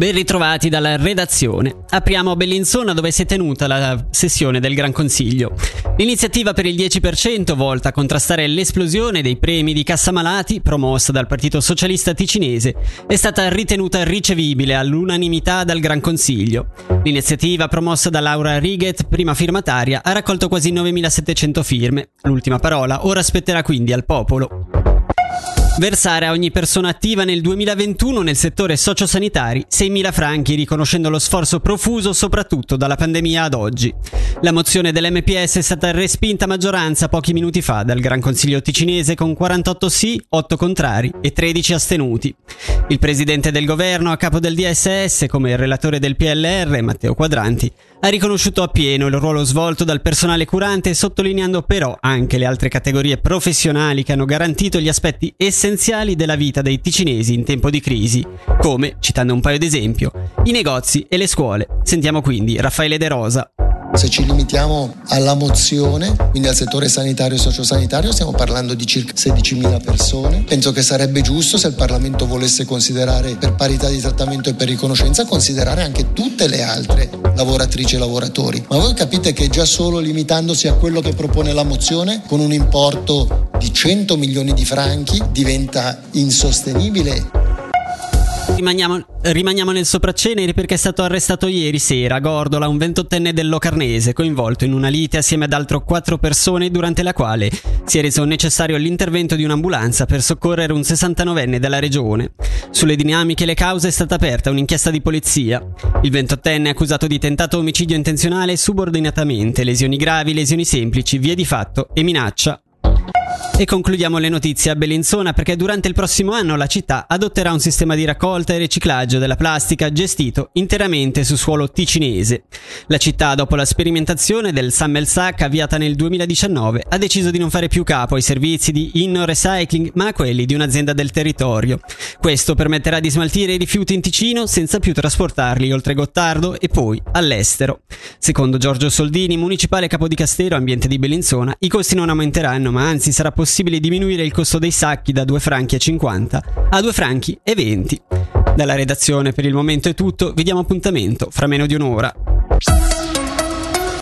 Ben ritrovati dalla redazione. Apriamo a Bellinzona, dove si è tenuta la sessione del Gran Consiglio. L'iniziativa per il 10% volta a contrastare l'esplosione dei premi di cassamalati, promossa dal Partito Socialista Ticinese, è stata ritenuta ricevibile all'unanimità dal Gran Consiglio. L'iniziativa, promossa da Laura Righet, prima firmataria, ha raccolto quasi 9.700 firme. L'ultima parola ora spetterà quindi al popolo. Versare a ogni persona attiva nel 2021 nel settore sociosanitari 6.000 franchi, riconoscendo lo sforzo profuso soprattutto dalla pandemia ad oggi. La mozione dell'MPS è stata respinta a maggioranza pochi minuti fa dal Gran Consiglio ticinese con 48 sì, 8 contrari e 13 astenuti. Il presidente del governo, a capo del DSS, come il relatore del PLR, Matteo Quadranti, ha riconosciuto appieno il ruolo svolto dal personale curante, sottolineando però anche le altre categorie professionali che hanno garantito gli aspetti essenziali della vita dei ticinesi in tempo di crisi, come, citando un paio d'esempi, i negozi e le scuole. Sentiamo quindi Raffaele De Rosa. Se ci limitiamo alla mozione, quindi al settore sanitario e sociosanitario, stiamo parlando di circa 16.000 persone. Penso che sarebbe giusto, se il Parlamento volesse considerare, per parità di trattamento e per riconoscenza, considerare anche tutte le altre lavoratrici e lavoratori. Ma voi capite che già solo limitandosi a quello che propone la mozione, con un importo di 100 milioni di franchi, diventa insostenibile. Rimaniamo nel Sopraceneri, perché è stato arrestato ieri sera a Gordola un 28enne del Locarnese, coinvolto in una lite assieme ad altre 4 persone, durante la quale si è reso necessario l'intervento di un'ambulanza per soccorrere un 69enne della regione. Sulle dinamiche e le cause è stata aperta un'inchiesta di polizia. Il 28enne è accusato di tentato omicidio intenzionale subordinatamente, lesioni gravi, lesioni semplici, vie di fatto e minaccia. E concludiamo le notizie a Bellinzona, perché durante il prossimo anno la città adotterà un sistema di raccolta e riciclaggio della plastica gestito interamente su suolo ticinese. La città, dopo la sperimentazione del Sammelsack avviata nel 2019, ha deciso di non fare più capo ai servizi di inno recycling, ma a quelli di un'azienda del territorio. Questo permetterà di smaltire i rifiuti in Ticino senza più trasportarli oltre Gottardo e poi all'estero. Secondo Giorgio Soldini, municipale capodicastero ambiente di Bellinzona, i costi non aumenteranno, ma anzi sarà possibile diminuire il costo dei sacchi da 2,50 franchi a 2,20 franchi. Dalla redazione per il momento è tutto, vi diamo appuntamento fra meno di un'ora.